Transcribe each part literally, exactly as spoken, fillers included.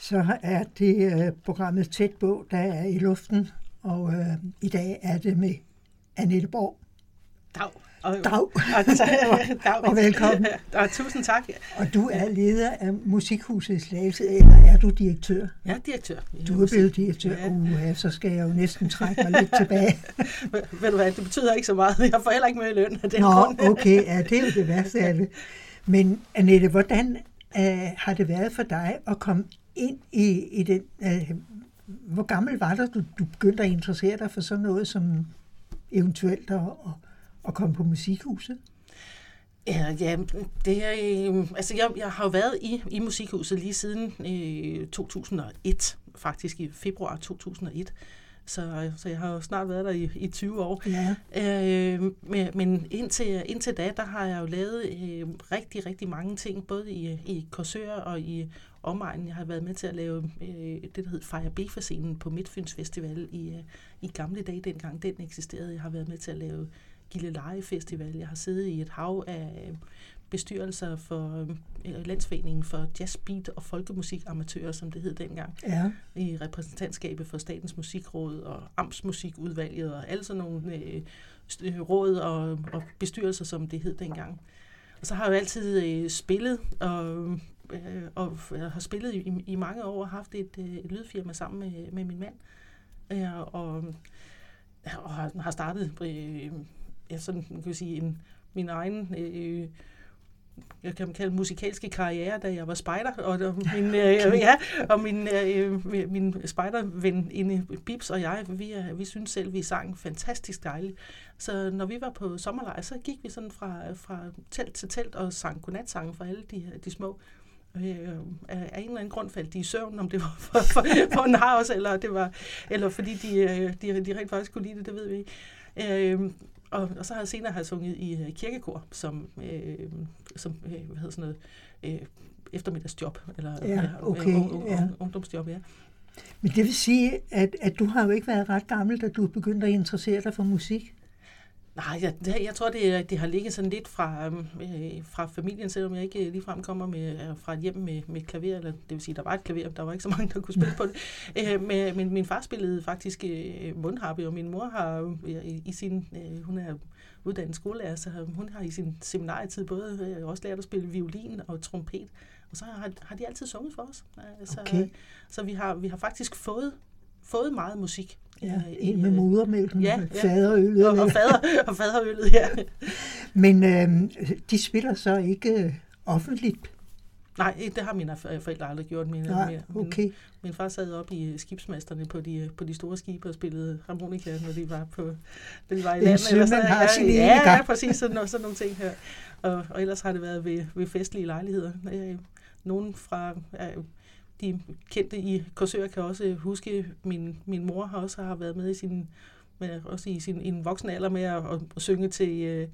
Så er det uh, programmet Tæt på, der er i luften, og uh, i dag er det med Annette Borg. Dag. Og, Dag. Og, og, dag. Og velkommen. Og tusind tak. Og du er leder af Musikhuset i Slagelse, eller er du direktør? Jeg er direktør. Du er blevet direktør. Ja. Uh, så skal jeg jo næsten trække mig lidt tilbage. Ved du hvad, det betyder ikke så meget. Jeg får heller ikke med i løn. Det Nå, okay, ja, det er jo det værste af det. Men Annette, hvordan uh, har det været for dig at komme ind i, i den... Uh, hvor gammel var det, du, du begyndte at interessere dig for sådan noget som eventuelt at, at komme på Musikhuset? Ja, ja det er, øh, altså jeg, jeg har jo været i, i Musikhuset lige siden øh, to tusind og et, faktisk i februar to tusind og et. Så, så jeg har jo snart været der i, i tyve år. Ja. Øh, men men indtil, indtil da, der har jeg jo lavet øh, rigtig, rigtig mange ting, både i, i Korsør og i omegnen. Jeg har været med til at lave øh, det, der hed Fejre Befa-scenen på Midtfyns Festival i, øh, i gamle dage, dengang den eksisterede. Jeg har været med til at lave Gilleleje Festival. Jeg har siddet i et hav af bestyrelser for øh, Landsforeningen for Jazz, Beat og Folkemusikamatører, som det hed dengang. Ja. I repræsentantskabet for Statens Musikråd og Amtsmusikudvalget og alle sådan nogle øh, råd og, og bestyrelser, som det hed dengang. Og så har jeg jo altid øh, spillet, og, øh, og jeg har spillet i, i mange år og haft et, øh, et lydfirma sammen med, med min mand. Øh, og, og har startet øh, ja, sådan, kan jeg sige, en, min egen... Øh, jeg kan kalde musikalske karriere, da jeg var spejder, og, og min, øh, ja, og min, øh, min spejderven inde i Bibs og jeg, vi, er, vi synes selv, vi sang fantastisk dejligt. Så når vi var på sommerlejr, så gik vi sådan fra, fra telt til telt og sang godnatsange for alle de, de små. Øh, af en eller anden grund faldt de i søvn, om det var for, for, for en house, eller, det var, eller fordi de, de, de rent faktisk kunne lide det, det ved vi ikke. Øh, Og, og så har jeg senere har jeg sunget i uh, kirkekor, som, øh, som øh, hvad hedder sådan noget, øh, eftermiddagsjob, eller ja, okay, øh, uh, uh, ja. ungdomsjob, ja. Men det vil sige, at, at du har jo ikke været ret gammel, da du begyndte at interessere dig for musik? Nej, jeg, det, jeg tror, det, det har ligget sådan lidt fra, øh, fra familien, selvom jeg ikke ligefrem kommer med, fra et hjem med, med et klaver, eller det vil sige, der var et klaver, der var ikke så mange, der kunne spille på det. Øh, med, min, min far spillede faktisk øh, mundharpe, og min mor har øh, i, i sin, øh, hun er uddannet skolelærer, så hun har i sin seminarietid både øh, også lært at spille violin og trompet, og så har, har de altid sunget for os. Øh, så okay. så vi, har, vi har faktisk fået, fået meget musik. Ja, en med modermælken, ja, ja, faderøllet. Og, og, fader, og faderøllet, ja. Men øh, de spiller så ikke øh, offentligt? Nej, det har mine forældre aldrig gjort. Mine, Nej, okay. Min, min far sad op i skibsmasterne på de, på de store skibe og spillede harmonika, når de var, på, når de var i landet. Eller sådan, har sin ja, ja, ja, præcis, sådan, sådan nogle ting her. Og, og ellers har det været ved, ved festlige lejligheder. Nogen fra... De kendte i Korsør kan også huske, min min mor har også har været med i sin, med, også i sin i en voksen alder med at, at, at synge til, øh,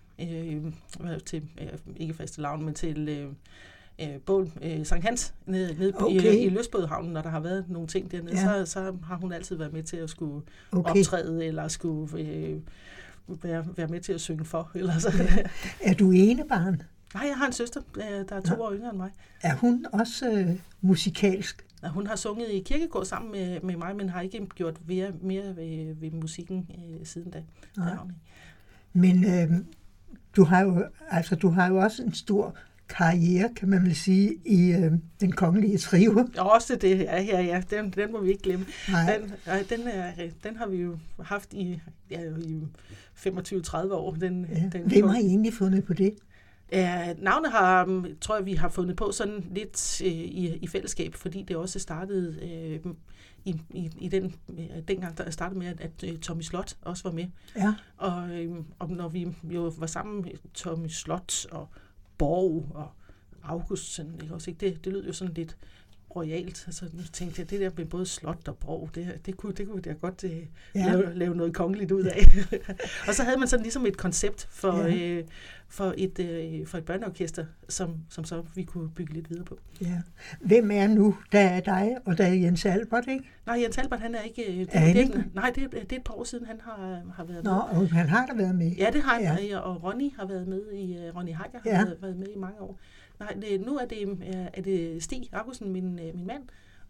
øh, til øh, ikke fastelavn, men til øh, øh, bål øh, Sankt Hans nede, nede okay. i, i Løsbådehavnen, når der har været nogle ting dernede, ja. så, så har hun altid været med til at skulle okay. optræde eller skulle øh, være, være med til at synge for. Eller så. Er du enebarn? Nej, jeg har en søster, der er to ja. år yngre end mig. Er hun også øh, musikalsk? Ja, hun har sunget i kirkekor sammen med, med mig, men har ikke gjort mere, mere ved, ved musikken øh, siden da. Ja. Men øh, du har jo altså du har jo også en stor karriere, kan man vel sige, i øh, Den Kongelige Trio. Også det, ja, ja, ja. Den, den må vi ikke glemme. Nej. Den, den, er, den har vi jo haft i, ja, i femogtyve til tredive år. Den, ja. den, Hvem har I egentlig fundet på det? Uh, navnet har, tror jeg, vi har fundet på sådan lidt uh, i, i fællesskab, fordi det også startede uh, i, i, i den uh, dengang, der startede med, at, at uh, Tommy Slot også var med. Ja. Og, uh, og når vi jo var sammen med Tommy Slot og Borg og Augustsen, ikke også, ikke? Det, det lød jo sådan lidt royalt. Altså, nu tænkte jeg, det der med både slot og borg, det, det, kunne, det kunne vi da godt uh, ja. lave, lave noget kongeligt ud af. Og så havde man sådan ligesom et koncept for, ja. øh, for, et, øh, for et børneorkester, som, som så vi kunne bygge lidt videre på. Ja. Hvem er nu? Der er dig, og der er Jens Albert, ikke? Nej, Jens Albert, han er ikke... Det, er det, ikke? Det, nej, det, det er et par år siden, han har, har været Nå, med. Nå, han har da været med. Ja, det har han, ja. og Ronny har været med i... Ronny Heiger har ja. været, været med i mange år. Nej, det, nu er det, er det Stig Augustsen, min, min mand,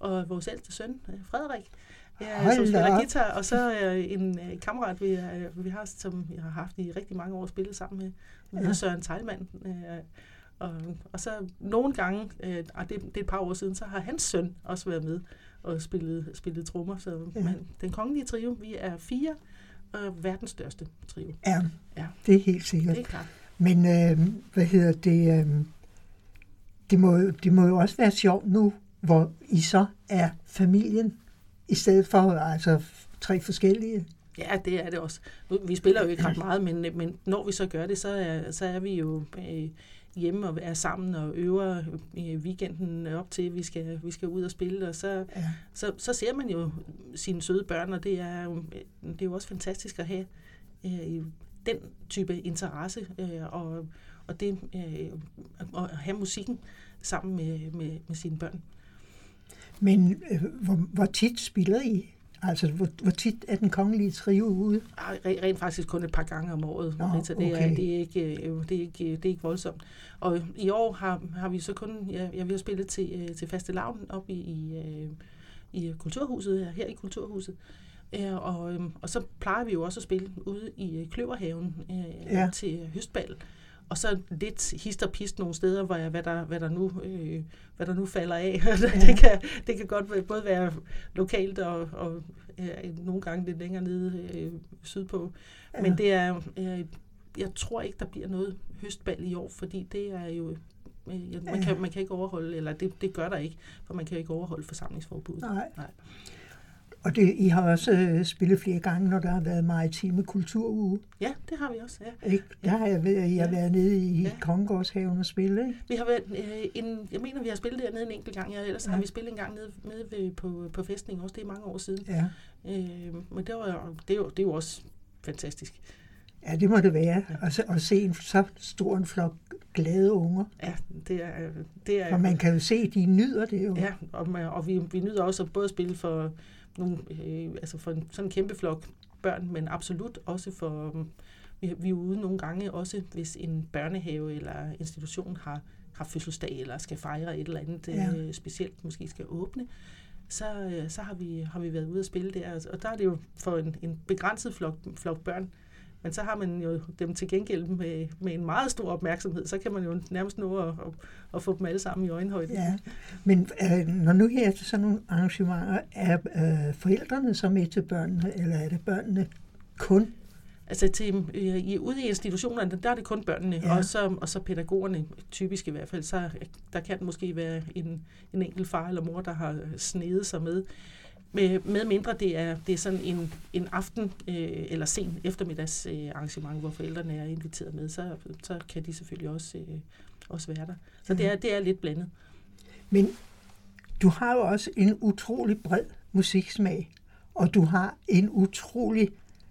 og vores ældste søn, Frederik, ja, Hold som spiller op. guitar, og så øh, en øh, kammerat, vi, øh, vi har, som jeg har haft i rigtig mange år spillet sammen med, med ja. Søren Teilmann. Øh, og, og så nogle gange, øh, og det, det er et par år siden, så har hans søn også været med og spillet, spillet trommer. Så ja. man, den kongelige trio, vi er fire, og verdens største trio. Ja, ja, det er helt sikkert. Det er klart. Men øh, hvad hedder det? Øh, det, må, det må jo også være sjovt nu, hvor I så er familien, i stedet for altså tre forskellige. Ja, det er det også. Nu, vi spiller jo ikke ret meget, men, men når vi så gør det, så er, så er vi jo øh, hjemme og er sammen og øver i weekenden op til, vi skal, vi skal ud og spille, og så, ja. så, så ser man jo sine søde børn, og det er jo, det er jo også fantastisk at have øh, den type interesse, øh, og, og det øh, at have musikken sammen med, med, med sine børn. Men øh, hvor, hvor tit spiller I? Altså, hvor, hvor tit er den kongelige trio ude? Rent, rent faktisk kun et par gange om året, Nå, Rita. Det, okay. er, det, er ikke, det, er ikke, det er ikke voldsomt. Og i år har, har vi så kun, ja, ja, vi har spillet til, til fastelavn op i, i, i Kulturhuset, her i Kulturhuset. Og, og så plejer vi jo også at spille ude i Kløverhaven ja. til høstbal. Og så lidt hist og pist nogle steder, hvor jeg, hvad, der, hvad, der nu, øh, hvad der nu falder af. Ja. det, kan, det kan godt både være lokalt og, og øh, nogle gange lidt længere nede øh, sydpå. Ja. Men det er, øh, jeg tror ikke, der bliver noget høstbal i år, fordi det er jo, øh, man, kan, man kan ikke overholde, eller det, det gør der ikke, for man kan ikke overholde forsamlingsforbuddet. Nej. Nej. Og det, I har også øh, spillet flere gange, når der har været maritime kulturuge. Ja, det har vi også, ja. Ikke? Der har jeg, været, jeg har været nede i ja. Kongegårdshaven og spillet, ikke? Vi har været, øh, en, jeg mener, vi har spillet dernede en enkelt gang, ja, ellers ja. har vi spillet en gang nede, nede ved, på, på fæstningen også, det er mange år siden. Ja. Øh, men det, var, det, er jo, det er jo også fantastisk. Ja, det må det være. Ja. Og, så, og se en så stor en flok glade unger. Ja, det er... Det er og man kan jo se, de nyder det jo. Ja, og, og vi, vi nyder også både at spille for, nogle, øh, altså for en, sådan en kæmpe flok børn, men absolut også for... Vi, vi er ude nogle gange også, hvis en børnehave eller institution har, har fødselsdag eller skal fejre et eller andet ja. øh, specielt, måske skal åbne, så, øh, så har, vi, har vi været ude at spille der. Og der er det jo for en, en begrænset flok, flok børn. Men så har man jo dem til gengæld med, med en meget stor opmærksomhed, så kan man jo nærmest nå at, at, at få dem alle sammen i øjenhøjde. Ja, men øh, når nu her er til sådan nogle arrangementer, er øh, forældrene så med til børnene, eller er det børnene kun? Altså til, øh, i, ude i institutionerne, der er det kun børnene, ja. og, så, og så pædagogerne, typisk i hvert fald, så der kan måske være en, en enkelt far eller mor, der har snedet sig med. Med, med mindre det er, det er sådan en, en aften øh, eller sen eftermiddags øh, arrangement, hvor forældrene er inviteret med, så, så kan de selvfølgelig også, øh, også være der. Så det er, det er lidt blandet. Men du har jo også en utrolig bred musiksmag, og du har en utrolig,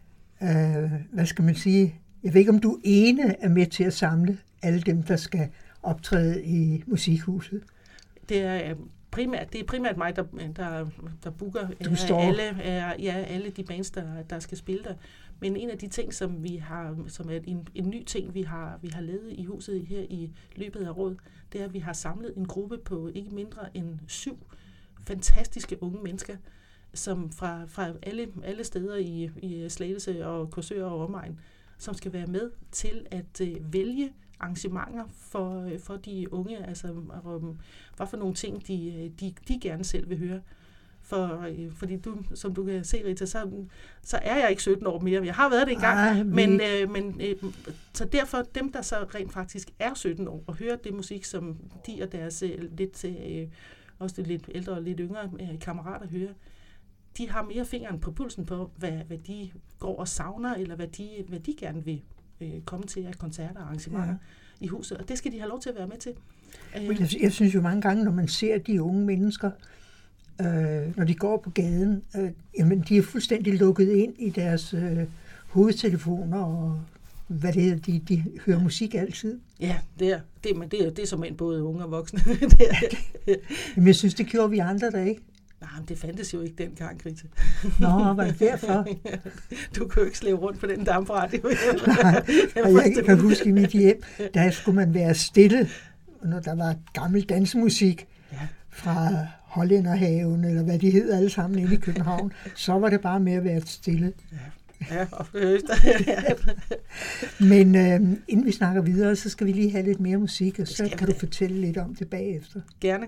øh, hvad skal man sige, jeg ved ikke om du ene er med til at samle alle dem, der skal optræde i Musikhuset. Det er... Primært, det er primært mig, der, der, der booker alle, er, ja, alle de bands, der, der skal spille der. Men en af de ting, som vi har, som er en, en ny ting, vi har, vi har lavet i huset her i løbet af året, det er, at vi har samlet en gruppe på ikke mindre end syv fantastiske unge mennesker, som fra, fra alle, alle steder i, i Slagelse og Korsør og omegn, som skal være med til at uh, vælge arrangementer for, for de unge, altså um, hvad for nogle ting, de, de, de gerne selv vil høre. For, fordi du, som du kan se, Rita, så, så er jeg ikke sytten år mere. Jeg har været det engang, Ej, men, øh, men øh, så derfor dem, der så rent faktisk er sytten år, og hører det musik, som de og deres øh, lidt, øh, også lidt ældre og lidt yngre øh, kammerater hører, de har mere fingeren på pulsen på, hvad, hvad de går og savner, eller hvad de, hvad de gerne vil komme til af koncerter og arrangementer ja. i huset, og det skal de have lov til at være med til. Jeg, jeg synes jo mange gange, når man ser de unge mennesker, øh, når de går på gaden, øh, jamen de er fuldstændig lukket ind i deres øh, hovedtelefoner, og hvad det er, de, de hører musik altid. Ja, det er, det, men det er, det er som en både unge og voksne. det er, ja, jamen jeg synes, det gjorde vi andre der ikke. Nej, men det fandtes jo ikke dengang, Grete. Nå, var det derfor? Du kan jo ikke slæve rundt på den damperadio. Nej, og jeg kan huske i mit hjem, der skulle man være stille, når der var gammel dansemusik. Ja. fra Hollænderhaven, eller hvad de hedder alle sammen inde i København, så var det bare med at være stille. Ja, og Men øh, inden vi snakker videre, så skal vi lige have lidt mere musik, og så kan du fortælle lidt om det bagefter. Gerne.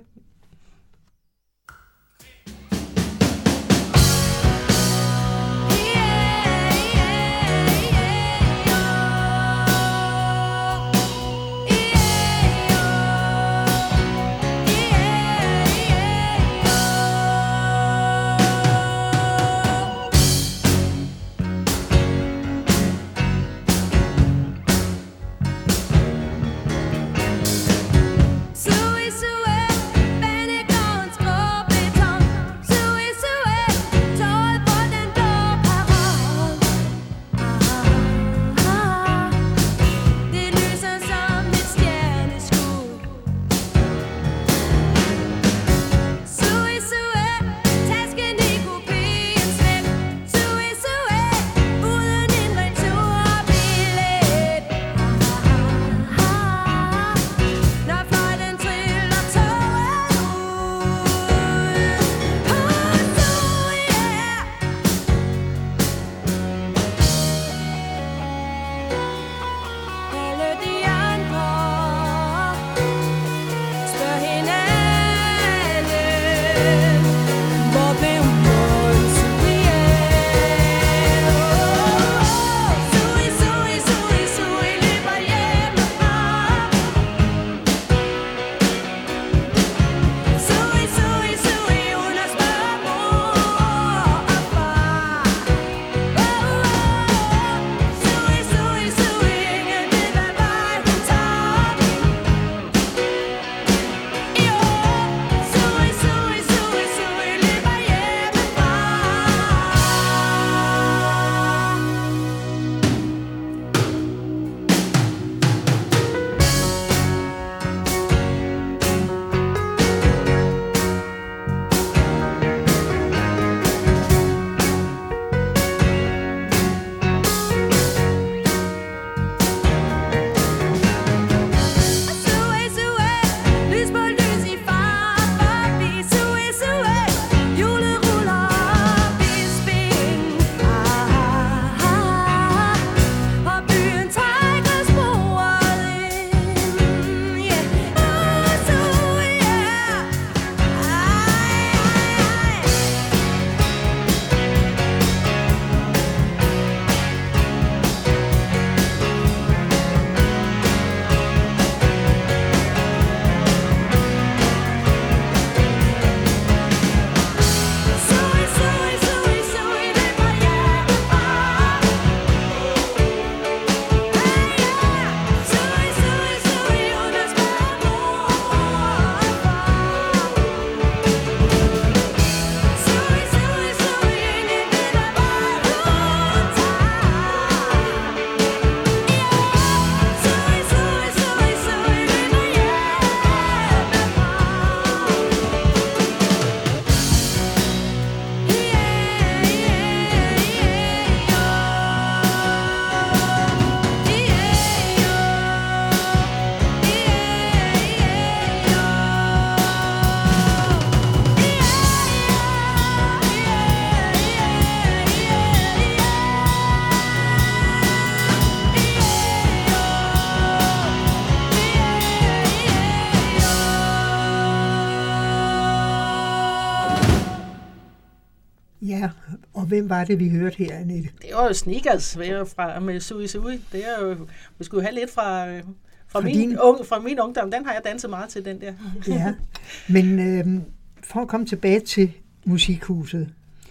Ja, og hvem var det, vi hørte her, Annette? Det var jo Sneakers fra, med Sui Sui. Det er jo, vi skulle have lidt fra, fra, fra, min, din... unge, fra min ungdom. Den har jeg danset meget til, den der. Ja, men øh, for at komme tilbage til Musikhuset.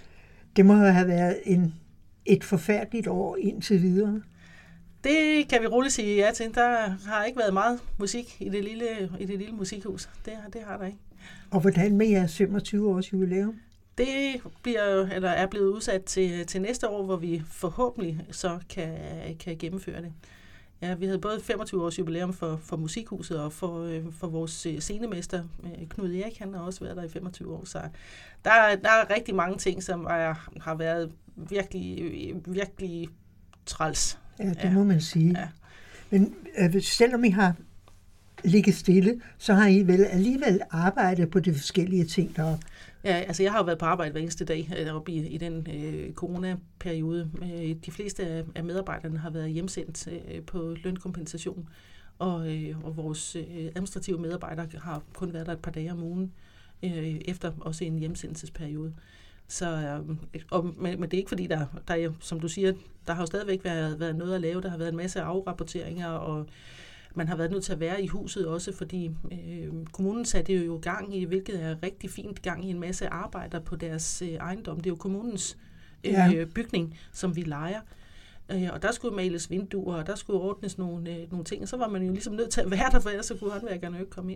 Det må have været en, et forfærdeligt år indtil videre. Det kan vi roligt sige ja til. Der har ikke været meget musik i det lille, i det lille musikhus. Det, det har der ikke. Og hvordan med jeres femogtyve års jubilæum? Det bliver, eller er blevet udsat til, til næste år, hvor vi forhåbentlig så kan, kan gennemføre det. Ja, vi havde både femogtyve års jubilæum for, for Musikhuset og for, for vores scenemester, Knud Erik, han har også været der i femogtyve år. Så der, der er rigtig mange ting, som er, har været virkelig, virkelig træls. Ja, det ja. må man sige. Ja. Men øh, selvom I har ligge stille, så har I vel alligevel arbejdet på de forskellige ting deroppe. Ja, altså jeg har jo været på arbejde hver eneste dag deroppe i, i den øh, coronaperiode. Øh, de fleste af, af medarbejderne har været hjemsendt øh, på lønkompensation, og, øh, og vores øh, administrative medarbejdere har kun været der et par dage om ugen, øh, efter også en hjemsendelsesperiode. Så, øh, og, men, men det er ikke fordi, der, der er, som du siger, der har jo stadigvæk været, været noget at lave. Der har været en masse afrapporteringer, og man har været nødt til at være i huset også, fordi øh, kommunen satte jo gang i, hvilket er rigtig fint, gang i en masse arbejder på deres øh, ejendom. Det er jo kommunens øh, ja. bygning, som vi lejer. Øh, og der skulle males vinduer, og der skulle ordnes nogle, øh, nogle ting, og så var man jo ligesom nødt til at være der, for ellers så kunne håndværkerne jo ikke komme ind.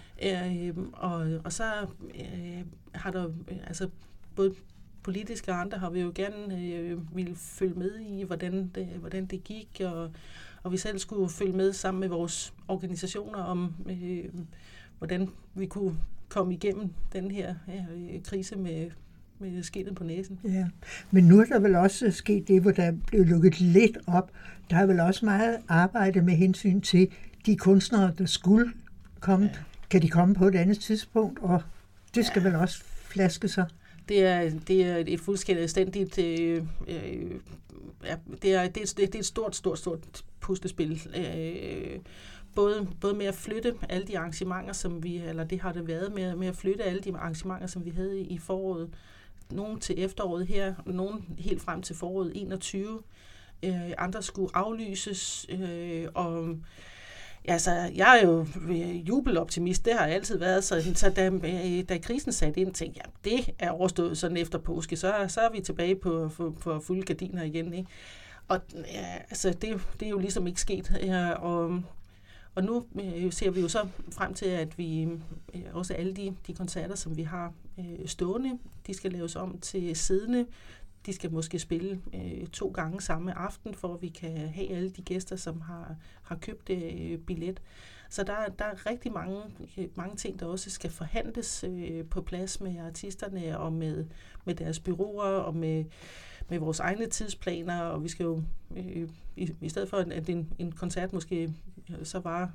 Øh, og, og så øh, har der øh, altså både politiske og andre har vi jo gerne øh, ville følge med i, hvordan det, hvordan det gik, og, og vi selv skulle følge med sammen med vores organisationer om, øh, hvordan vi kunne komme igennem den her øh, krise med, med skindet på næsen. Ja, men nu er der vel også sket det, hvor der blev lukket lidt op. Der er vel også meget arbejde med hensyn til de kunstnere, der skulle komme. Ja. Kan de komme på et andet tidspunkt, og det skal ja. vel også flaske sig? Det er, det er et fuldstændigt, øh, øh, ja, det, er, det, er, det er et stort, stort, stort puslespil. Øh, både, både med at flytte alle de arrangementer, som vi, eller det har det været med, med at flytte alle de arrangementer, som vi havde i foråret. Nogle til efteråret her, nogle helt frem til foråret enogtyve. Øh, andre skulle aflyses, øh, og altså, jeg er jo jubeloptimist, det har jeg altid været, så, så da, da krisen satte ind, tænkte jeg, det er overstået sådan efter påske, så, så er vi tilbage på, på, på fulde gardiner igen, ikke? Og ja, altså, det, det er jo ligesom ikke sket, ja, og, og nu øh, ser vi jo så frem til, at vi øh, også alle de, de koncerter, som vi har øh, stående, de skal laves om til siddende. De skal måske spille øh, to gange samme aften, for at vi kan have alle de gæster, som har, har købt øh, billet. Så der, der er rigtig mange, mange ting, der også skal forhandles øh, på plads med artisterne og med, med deres bureauer og med, med vores egne tidsplaner. Og vi skal jo, øh, i, i stedet for at en, en koncert måske så var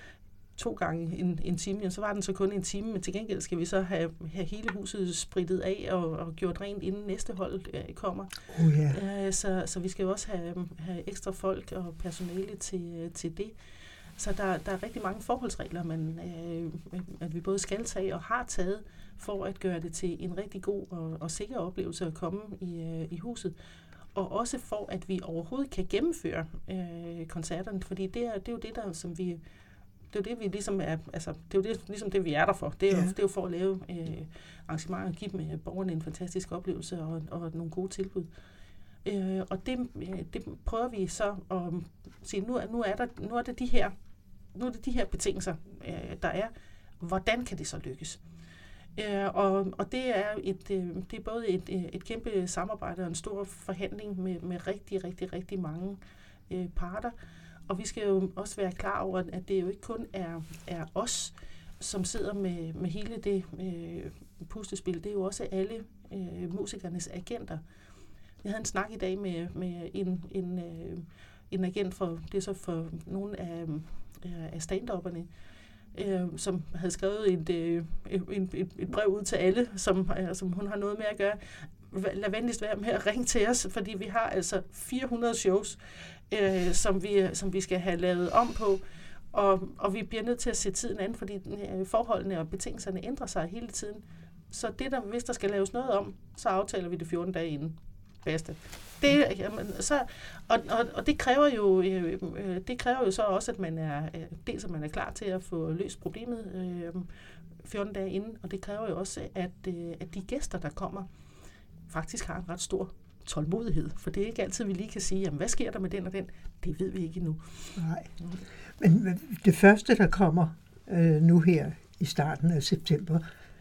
to gange en, en time, så var den så kun en time, men til gengæld skal vi så have, have hele huset spritet af og, og gjort rent, inden næste hold øh, kommer. Oh, yeah. øh, så, så vi skal jo også have, have ekstra folk og personale til, til det. Så der, der er rigtig mange forholdsregler, man, øh, at vi både skal tage og har taget, for at gøre det til en rigtig god og, og sikker oplevelse at komme i, øh, i huset. Og også for, at vi overhovedet kan gennemføre øh, koncerterne, fordi det er, det er jo det, der, som vi Det er jo det, vi ligesom er, altså, det er jo det, ligesom det, vi er der for. Det er jo, ja. det er jo for at lave øh, arrangementer og give dem, borgerne en fantastisk oplevelse og, og nogle gode tilbud. Øh, og det, det prøver vi så at sige, nu, nu, er der, nu er det de her, nu er det de her betingelser, øh, der er. Hvordan kan det så lykkes? Øh, og, og det er et, øh, det er både et, et kæmpe samarbejde og en stor forhandling med, med rigtig, rigtig, rigtig mange øh, parter. Og vi skal jo også være klar over, at det jo ikke kun er, er os, som sidder med, med hele det øh, puslespil. Det er jo også alle øh, musikernes agenter. Jeg havde en snak i dag med, med en, en, øh, en agent for, det er så for nogle af, af stand-upperne, øh, som havde skrevet et, øh, et, et, et brev ud til alle, som, øh, som hun har noget med at gøre. Lad venligst være med at ringe til os, fordi vi har altså fire hundrede shows, øh, som, vi, som vi skal have lavet om på, og, og vi bliver nødt til at se tiden an, fordi øh, forholdene og betingelserne ændrer sig hele tiden. Så det der, hvis der skal laves noget om, så aftaler vi det fjorten dage inden. Bedste. Det, jamen, så, og, og, og det kræver jo øh, det kræver jo så også, at man er øh, dels at man er klar til at få løst problemet øh, fjorten dage inden, og det kræver jo også, at, øh, at de gæster, der kommer, faktisk har en ret stor tålmodighed, for det er ikke altid, vi lige kan sige, jamen, hvad sker der med den og den? Det ved vi ikke endnu. Nej. Men det første, der kommer øh, nu her i starten af september,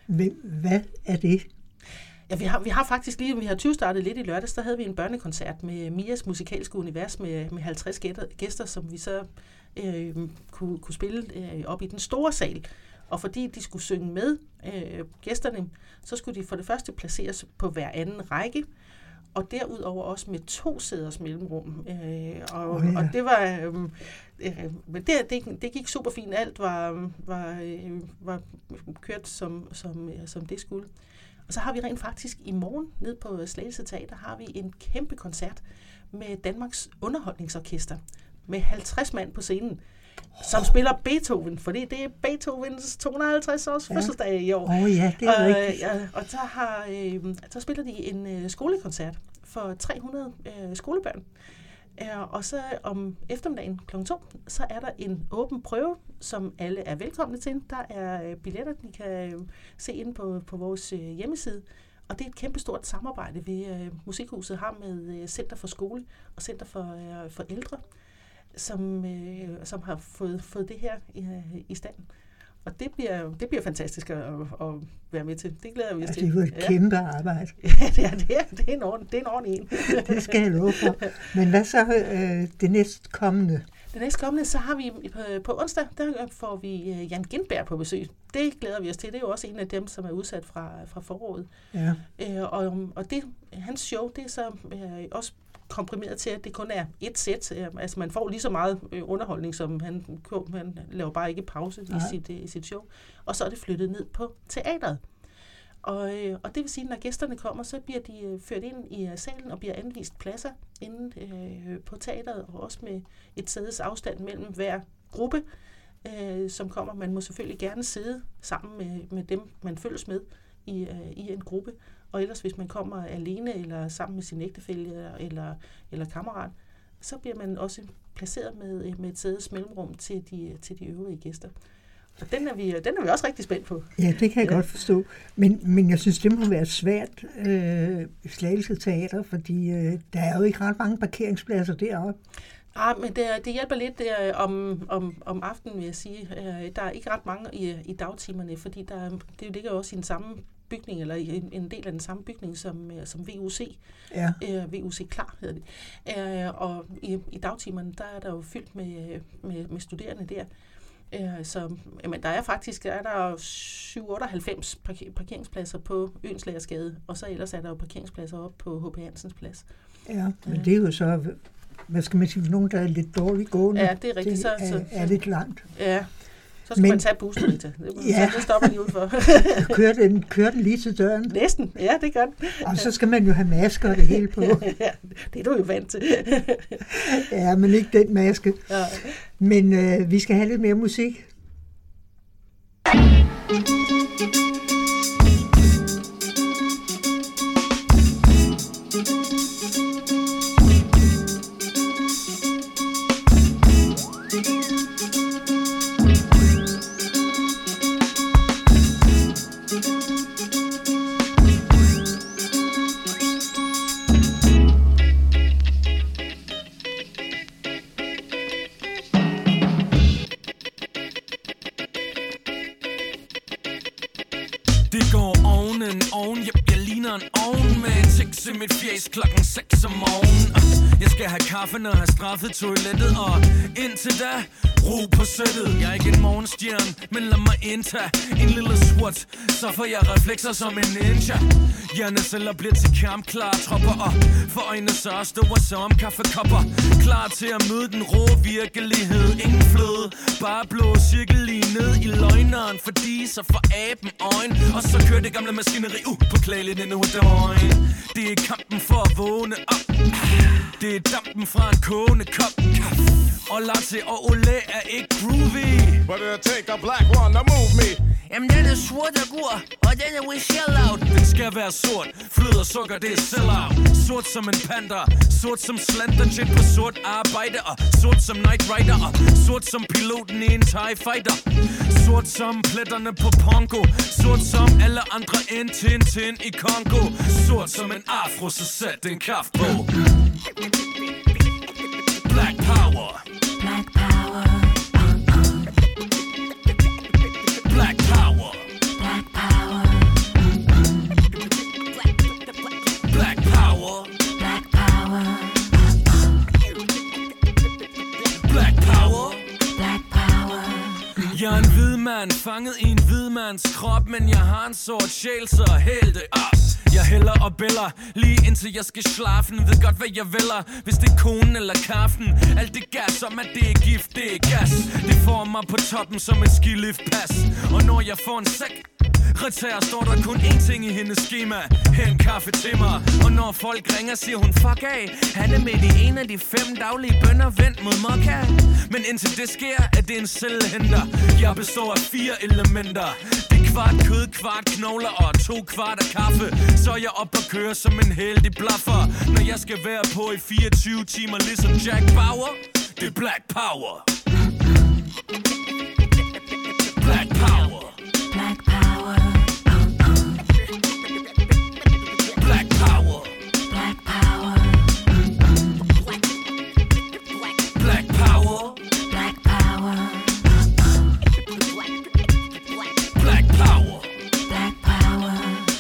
hvad er det? Ja, vi har, vi har faktisk lige, vi har tyve startet lidt i lørdags, der havde vi en børnekoncert med Mias musikalske univers med, med halvtreds gæster, gæster, som vi så øh, kunne, kunne spille øh, op i den store sal. Og fordi de skulle synge med øh, gæsterne, så skulle de for det første placeres på hver anden række. og derudover også med to sæders mellemrum. Øh, og, oh, ja. og det var, øh, øh, men det, det, det gik super fint. Alt var, var, øh, var kørt som, som, som det skulle. Og så har vi rent faktisk i morgen ned på Slagelse Teater har vi en kæmpe koncert med Danmarks Underholdningsorkester med halvtreds mand på scenen, som spiller Beethoven, fordi det er Beethovens to hundrede og halvtreds års ja. fødselsdag i år. Åh oh, ja, det er og, rigtigt. Ja, og så, har, øh, så spiller de en øh, skolekoncert for tre hundrede øh, skolebørn. Øh, og så om eftermiddagen klokken to, så er der en åben prøve, som alle er velkomne til. Der er øh, billetter, de kan øh, se ind på, på vores øh, hjemmeside. Og det er et kæmpestort samarbejde, vi øh, Musikhuset har med øh, Center for Skole og Center for, øh, for Ældre, som, øh, som har fået, fået det her i, i stand. Og det bliver, det bliver fantastisk at, at være med til. Det glæder vi os ja, til. Det er jo et kæmpe ja. arbejde. Ja, det er, det er, det er en ordentlig, det er en ordentlig en. Det skal jeg love for. Men hvad så øh, det næste kommende? Det næste kommende, så har vi på, på onsdag, der får vi Jan Gintberg på besøg. Det glæder vi os til. Det er jo også en af dem, som er udsat fra, fra foråret. Ja. Øh, og og det, hans show, det er så øh, også komprimeret til, at det kun er et sæt. Altså man får lige så meget underholdning, som han, han laver bare ikke pause i sit, i sit show. Og så er det flyttet ned på teateret. Og, og det vil sige, at når gæsterne kommer, så bliver de ført ind i salen og bliver anvist pladser inde øh, på teateret, og også med et sædes afstand mellem hver gruppe, øh, som kommer. Man må selvfølgelig gerne sidde sammen med, med dem, man følges med i, øh, i en gruppe. Og ellers, hvis man kommer alene eller sammen med sin ægtefælle eller, eller, eller kammerat, så bliver man også placeret med, med et sædes mellemrum til de, til de øvrige gæster. Og den er, vi, den er vi også rigtig spændt på. Ja, det kan jeg ja. godt forstå. Men, men jeg synes, det må være svært øh, i Slagelse Teater, fordi øh, der er jo ikke ret mange parkeringspladser deroppe. Ah, men det, det hjælper lidt der, om, om, om aftenen, vil jeg sige. Der er ikke ret mange i, i dagtimerne, fordi der, det ligger også i den samme bygning, eller en, en del af den samme bygning som, som V U C. Ja. Øh, V U C Klar hedder det. Øh, og i, i dagtimerne, der er der jo fyldt med, med, med studerende der. Øh, så jamen, der er faktisk der er der syv otteoghalvfems parker, parkeringspladser på Øenslagersgade, og så ellers er der jo parkeringspladser op på H P Hansens Plads. Ja, men øh. det er jo så, hvad skal man sige, nogen, der er lidt dårligt gående. Ja, det er rigtigt. Det så, er, så, er lidt langt. Ja. Så skal men, man tage bussen, Rita. Ja. Så det stopper lige udenfor. kører, den, kører den lige til døren? Næsten, ja, det gør den. Og så skal man jo have masker og det hele på. Ja, det er du jo vant til. Ja, men ikke den maske. Ja. Men øh, vi skal have lidt mere musik. Mit fjes klokken seks om morgenen. Jeg skal have kaffen og have straffet toilettet, og indtil da, ro på sættet. Jeg er ikke en morgenstjerne, men lad mig indtage en lille swat, så får jeg reflekser som en ninja. Hjerneceller bliver til kampklare tropper, og for øjnene så store som kaffekopper. Klar til at møde den rå virkelighed. Ingen fløde, bare blå cirkel lige ned i løgneren, fordi så får aben øjne. Og så kører det gamle maskineri ud uh, på klædeligt endnu et døgn. Det er kampen for at vågne op. Det er dampen fra en kogende kop. Og latte og olé er ikke groovy. But it'll take a black one to move me. Jamen den er sort og gur, og den er with shell out. Den skal være sort, flød og sukker, det er sell-out. Sort som en panda, sort som slender shit på sort arbejde. Og sort som Knight Rider, og sort som piloten i en TIE Fighter. Sort som pletterne på Pongo, sort som alle andre end Tintin i Kongo. Sort som en afro, så sæt den kaffe på. Black Power. Black Power. Black Power. Black Power. Black Power. Black Power. Black Power. Black Power. Jeg er en hvid mand, fanget i en hvid mands krop, men jeg har en sort sjæl, så hæld det op. Jeg hælder og bæller, lige indtil jeg skal slafen. Ved godt hvad jeg vælger, hvis det er konen eller kaffen. Alt det gas om at det er gift, det er gas. Det får mig på toppen som et skiliftpas. Og når jeg får en sæk Retær, står der kun én ting i hendes schema. Hent kaffe til mig. Og når folk ringer, siger hun fuck af. Han er med i en af de fem daglige bønner vendt mod mokka. Men indtil det sker, er det en selvhenter. Jeg består af fire elementer. Det er kvart kød, kvart knogler og to kvart af kaffe. Så er jeg op og kører som en heldig blaffer. Når jeg skal være på i fireogtyve timer ligesom Jack Bauer. Det er Black Power. Black Power. Black Power. Black Power. Black Power. Black Power. Black Power. Black Power. Black Power.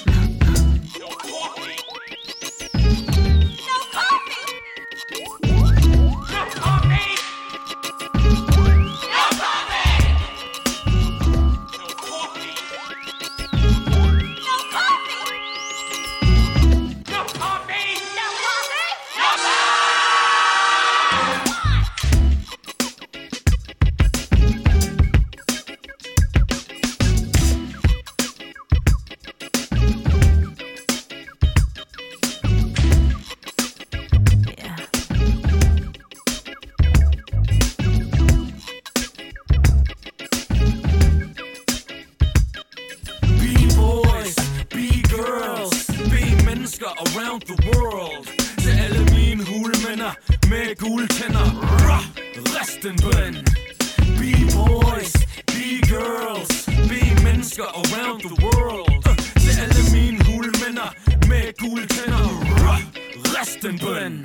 Around the world. Til alle mine hulemænder med gule tænder. Rest en bøn. Be boys, be girls, be mennesker around the world. Til alle mine hulemænder med gule tænder. Rest en bøn.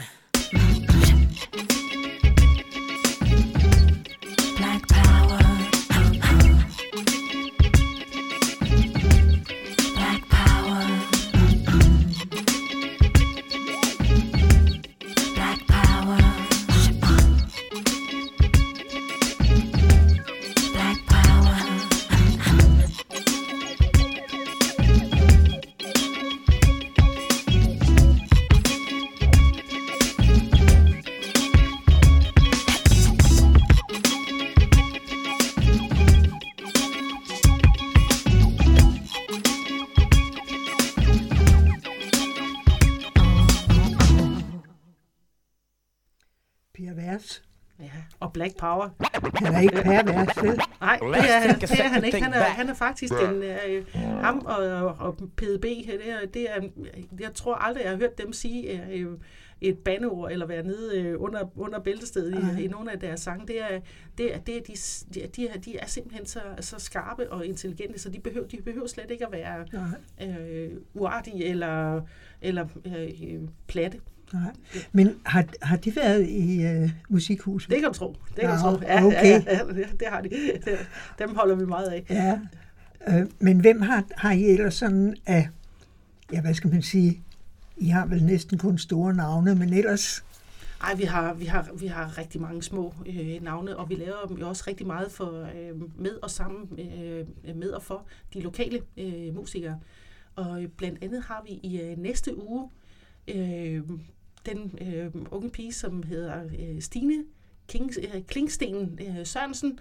Black Power. Black Power. Black Power. Black Power. Per Vers. Ja, og Black Power. Han er ikke Per Vers selv. Nej, det er, han, det er han ikke. Han er, han er faktisk den, øh, ham og, og P D B. Det er, det er, jeg tror aldrig, jeg har hørt dem sige øh, et bandeord, eller være nede øh, under, under bæltestedet i, i nogle af deres sange. Det er, det er, det er, de, de, de, er, de er simpelthen så, så skarpe og intelligente, så de behøver, de behøver slet ikke at være øh, uartige eller, eller øh, platte. Nej. Men har, har de været i øh, musikhuset? Det kan du tro. Det kan ja, du tro. Ja, okay. ja, ja, ja, det har de. Dem holder vi meget af. Ja. Øh, men hvem har, har I ellers sådan af, ja, hvad skal man sige, I har vel næsten kun store navne, men ellers... Ej, vi har, vi har, vi har rigtig mange små øh, navne, og vi laver jo også rigtig meget for, øh, med og sammen øh, med og for de lokale øh, musikere. Og blandt andet har vi i øh, næste uge øh, den øh, unge pige, som hedder øh, Stine King, øh, Klingsten øh, Sørensen,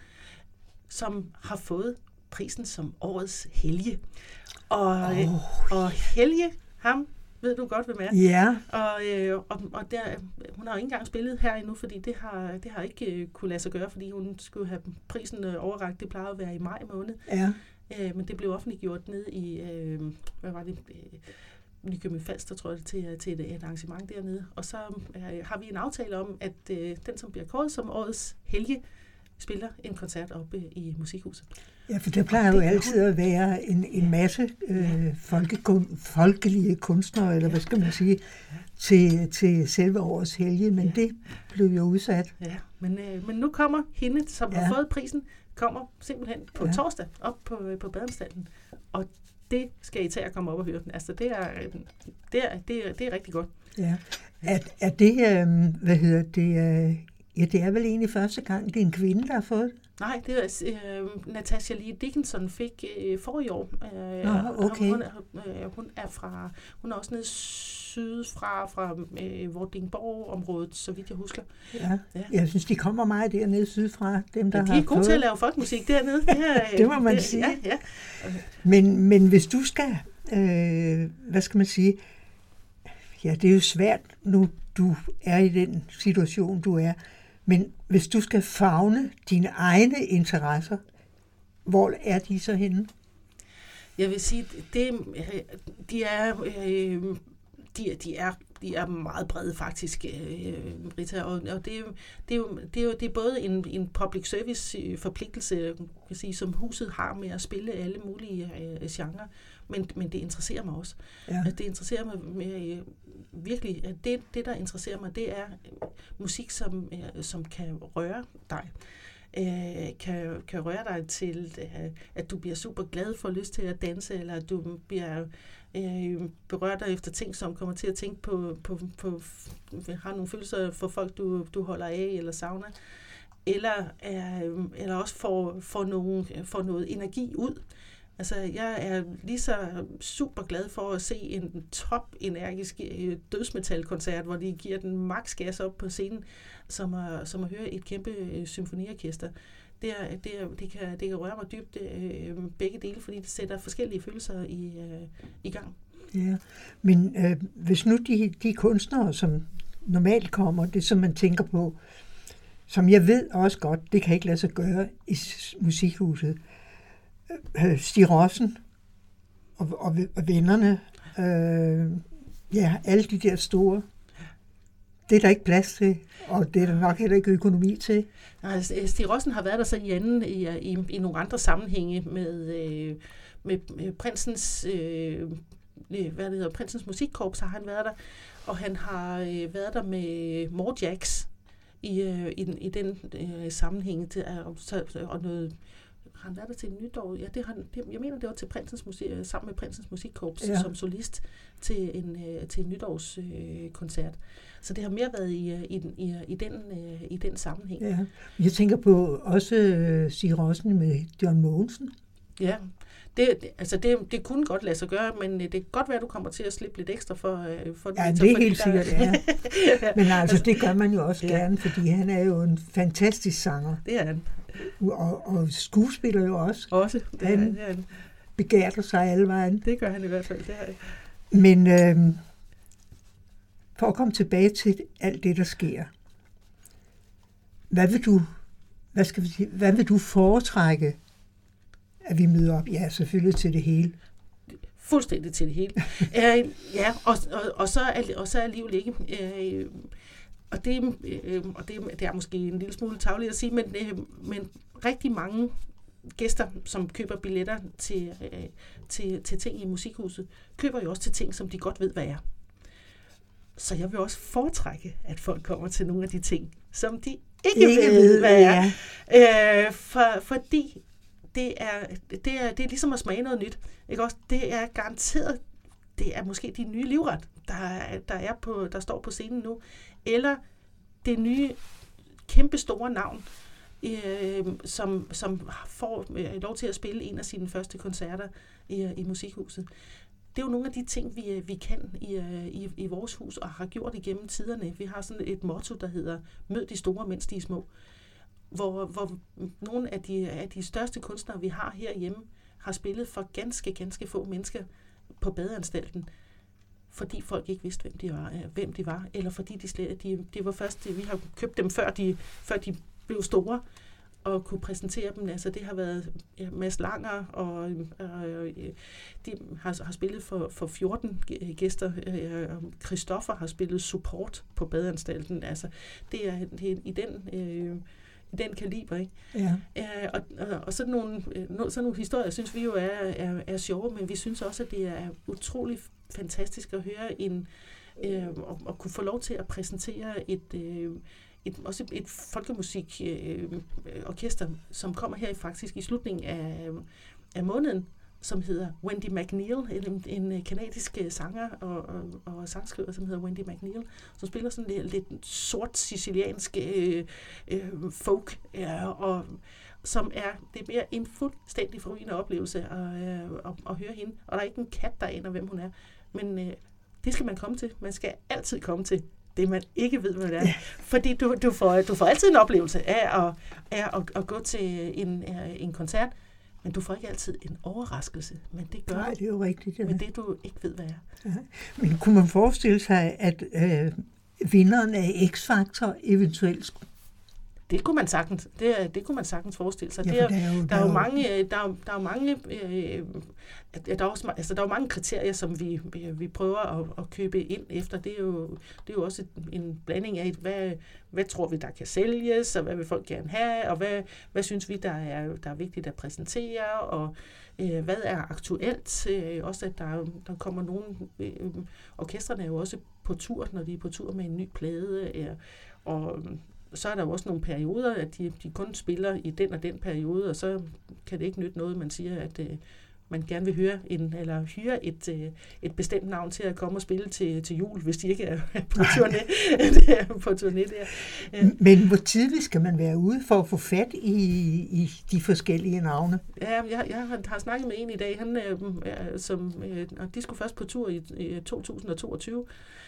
som har fået prisen som årets Helge. Og, øh, oh. og Helge, ham ved du godt, hvem er. Ja. Og, øh, og, og der, hun har jo ikke engang spillet her endnu, fordi det har, det har ikke øh, kunne lade sig gøre, fordi hun skulle have prisen øh, overrakt. Det plejede at være i maj måned. Ja. Øh, men det blev offentliggjort ned i, øh, hvad var det, øh, Nykøbing Falster, tror jeg, til, til et, et arrangement dernede. Og så øh, har vi en aftale om, at øh, den, som bliver kåret som årets Helge, spiller en koncert oppe i Musikhuset. Ja, for det plejer jo altid at være en, en masse øh, folkekun, folkelige kunstnere, eller hvad skal man sige, til, til selve årets Helge, men ja. Det blev jo udsat. Ja, men, øh, men nu kommer hende, som ja. har fået prisen, kommer simpelthen på ja. torsdag op på, på Badeanstalten, og det skal I tage at komme op og høre den. Altså, det er, det er, det er, det er rigtig godt. Ja. Er, er det, øh, hvad hedder det, øh, ja, det er vel egentlig første gang, det er en kvinde, der har fået det? Nej, det er øh, Natasha Lee Dickinson fik øh, forrige år. Øh, Nå, okay. Hun, øh, hun er fra, hun er også nede sydfra, fra øh, Vordingborg-området, så vidt jeg husker. Ja. Ja. Jeg synes, de kommer meget dernede sydfra, dem der Ja, de har er gode fået. til at lave folkmusik dernede. Det, er, Det må man sige. Ja, ja. Men, men hvis du skal, øh, hvad skal man sige, ja, det er jo svært nu, du er i den situation, du er, men hvis du skal favne dine egne interesser, hvor er de så henne? Jeg vil sige, det, de er, øh, de, de er, de er meget brede faktisk, øh, Rita, og, og det, er jo, det, er jo, det, er jo, det er både en, en public service forpligtelse, kan sige, som huset har med at spille alle mulige øh, genrer, men, men det interesserer mig også. Ja. Det interesserer mig med, øh, virkelig, at det, det, der interesserer mig, det er musik, som, øh, som kan røre dig. Øh, kan, kan røre dig til, øh, at du bliver super glad for lyst til at danse, eller at du bliver øh, berørt dig efter ting, som kommer til at tænke på, på, på har nogle følelser for folk, du, du holder af eller savner, eller, øh, eller også får, får, nogle, får noget energi ud. Altså, jeg er lige så super glad for at se en top-energisk dødsmetalkoncert, hvor de giver den maks gas op på scenen, som at, som at høre et kæmpe øh, symfoniorkester. Det, er, det, er, det, kan, det kan røre mig dybt øh, begge dele, fordi det sætter forskellige følelser i, øh, i gang. Ja, men øh, hvis nu de, de kunstnere, som normalt kommer, det som man tænker på, som jeg ved også godt, det kan ikke lade sig gøre i musikhuset, Stig Rossen og, og, og vennerne, øh, ja, alle de der store, det er der ikke plads til, og det er der nok heller ikke økonomi til. Nej, Stig Rossen har været der så i anden, i, i, i nogle andre sammenhænge med, øh, med, med prinsens, øh, hvad det hedder, prinsens musikkorps har han været der, og han har øh, været der med More Jacks i, øh, i, i den øh, sammenhæng, til, og, og noget. Har han været der til nytår? Ja, det har, det, jeg mener, det var til prinsens musik, sammen med prinsens musikkorps ja. som solist til en, til en nytårskoncert. Øh, så det har mere været i, i, i, i, den, øh, i den sammenhæng. Ja. Jeg tænker på også øh, Stig Rossen med John Mogensen. Ja, det, altså det, det kunne godt lade sig gøre, men det kan godt være, at du kommer til at slippe lidt ekstra for, for ja, det er helt der... sikkert, ja. Men altså, det gør man jo også ja. gerne, fordi han er jo en fantastisk sanger. Det er han. Og, og skuespiller jo også. Også, det er han. Det er han. Begærter sig alle vejen. Det gør han i hvert fald, det er. Men øh, for at komme tilbage til alt det, der sker. Hvad vil du, hvad skal vi sige, hvad vil du foretrække, at vi møder op? Ja, selvfølgelig til det hele. Fuldstændig til det hele. øh, ja, og, og, og, så er, og så er livet ikke. Øh, og det, øh, og det, det er måske en lille smule tarveligt at sige, men, øh, men rigtig mange gæster, som køber billetter til, øh, til, til ting i musikhuset, køber jo også til ting, som de godt ved, hvad er. Så jeg vil også foretrække, at folk kommer til nogle af de ting, som de ikke, ikke ved, ved, hvad er. Ja. Øh, for, fordi det er, det, er, det er ligesom at smage noget nyt. Ikke også? Det er garanteret, det er måske de nye livret, der, er, der, er på, der står på scenen nu, eller det nye kæmpe store navn, øh, som, som får øh, lov til at spille en af sine første koncerter i, i musikhuset. Det er jo nogle af de ting, vi, vi kan i, i, i vores hus, og har gjort igennem tiderne. Vi har sådan et motto, der hedder, mød de store, mens de er små. Hvor, hvor nogle af de, af de største kunstnere, vi har herhjemme, har spillet for ganske, ganske få mennesker på badeanstalten, fordi folk ikke vidste, hvem de var, hvem de var eller fordi de, slet, de, de var først, vi har købt dem, før de, før de blev store, og kunne præsentere dem. Altså, det har været ja, Mads Langer, og, og de har, har spillet for, for fjorten gæster. Christoffer har spillet support på badeanstalten. Altså, det er, det er i den... Øh, i den kaliber, ikke? Ja. Øh, og, og, og sådan nogle, sådan nogle historier, synes vi jo er, er, er sjove, men vi synes også, at det er utrolig fantastisk at høre en, øh, og, og kunne få lov til at præsentere et, øh, et også et, et folkemusikorkester, øh, som kommer her faktisk i slutningen af, af måneden, som hedder Wendy McNeil, en, en kanadisk sanger og, og, og sangskriver, som hedder Wendy McNeil, som spiller sådan lidt, lidt sort siciliansk øh, øh, folk, ja, og som er, det er mere en fuldstændig forrygende oplevelse at, øh, at, at høre hende. Og der er ikke en kat, der aner, hvem hun er. Men øh, det skal man komme til. Man skal altid komme til det, man ikke ved, hvad det er. Ja. Fordi du, du, får, du får altid en oplevelse af at, af at, at gå til en, en koncert, men du får ikke altid en overraskelse. Men det gør Nej, det er jo rigtigt. men det, du ikke ved, hvad er. Ja. Men kunne man forestille sig, at øh, vinderen af X-Factor eventuelt skulle... Det kunne man sagtens, det, det kunne man sagtens forestille sig. Ja, det er, der er jo, der, der er jo mange, der er, der er mange, øh, der er også, altså der er jo mange kriterier, som vi vi prøver at, at købe ind efter. Det er jo det er jo også en blanding af hvad hvad tror vi der kan sælges, og hvad vil folk gerne have, og hvad hvad synes vi der er der er vigtigt at præsentere, og øh, hvad er aktuelt. Øh, også at der der kommer nogle øh, orkestrene er jo også på tur, når de er på tur med en ny plade, øh, og så er der jo også nogle perioder, at de, de kun spiller i den og den periode, og så kan det ikke nytte noget, man siger, at øh, man gerne vil høre en, eller hyre et, øh, et bestemt navn til at komme og spille til, til jul, hvis de ikke er på turné, på turné der. Øh. Men hvor tidligt skal man være ude for at få fat i, i de forskellige navne? Ja, jeg, jeg har snakket med en i dag, han, øh, som, øh, og de skulle først på tur i, i to tusind og toogtyve.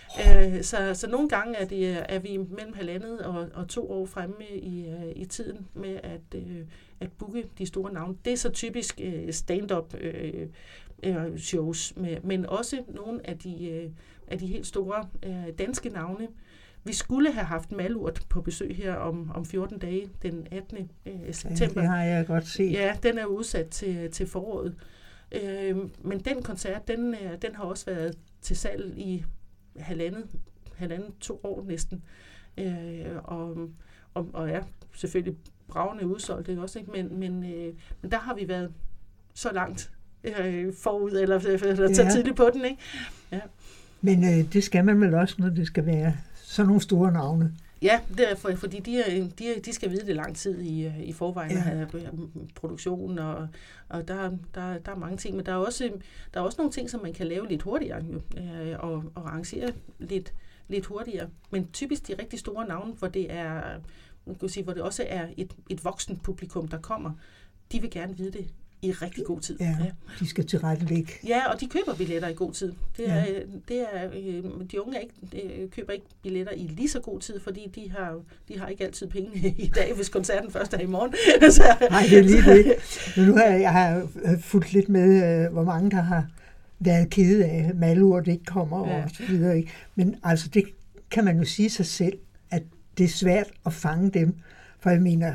Øh, så, så nogle gange er, det, er vi mellem halvandet og, og to år fremme i, i tiden med at, øh, at booke de store navne. Det er så typisk øh, stand-up øh, øh, shows, med, men også nogle af de, øh, af de helt store øh, danske navne. Vi skulle have haft Malurt på besøg her om, om fjorten dage, den attende september. Ja, det har jeg godt set. Ja, den er udsat til, til foråret. Øh, men den koncert, den, den har også været til salg i halvandet, halvandet to år næsten. Øh, og, og, og er selvfølgelig bravende udsolgt, ikke også? Ikke? Men, men, øh, men der har vi været så langt øh, forud, eller, eller taget ja. tidligt på den, ikke? Ja. Men øh, det skal man vel også, når det skal være sådan nogle store navne. Ja, det er for, fordi de, de, de skal vide det lang tid i, i forvejen ja. af produktionen, og, og der, der, der er mange ting, men der er, også, der er også nogle ting, som man kan lave lidt hurtigere, jo, og, og arrangere lidt, lidt hurtigere. Men typisk de rigtig store navne, hvor det er, man kan sige, hvor det også er et, et voksen publikum, der kommer, de vil gerne vide det i rigtig god tid. Ja, ja. De skal tilrettelægge. Ja, og de køber billetter i god tid. Det er, ja. det er, de unge er ikke, køber ikke billetter i lige så god tid, fordi de har, de har ikke altid penge i dag, hvis koncerten først er i morgen. så, Nej, det er lige det. Men nu har jeg, jeg har fulgt lidt med, hvor mange der har været kede af, at Malurt ikke kommer ja. og så videre. Ikke? Men altså, det kan man jo sige sig selv, at det er svært at fange dem. For jeg mener,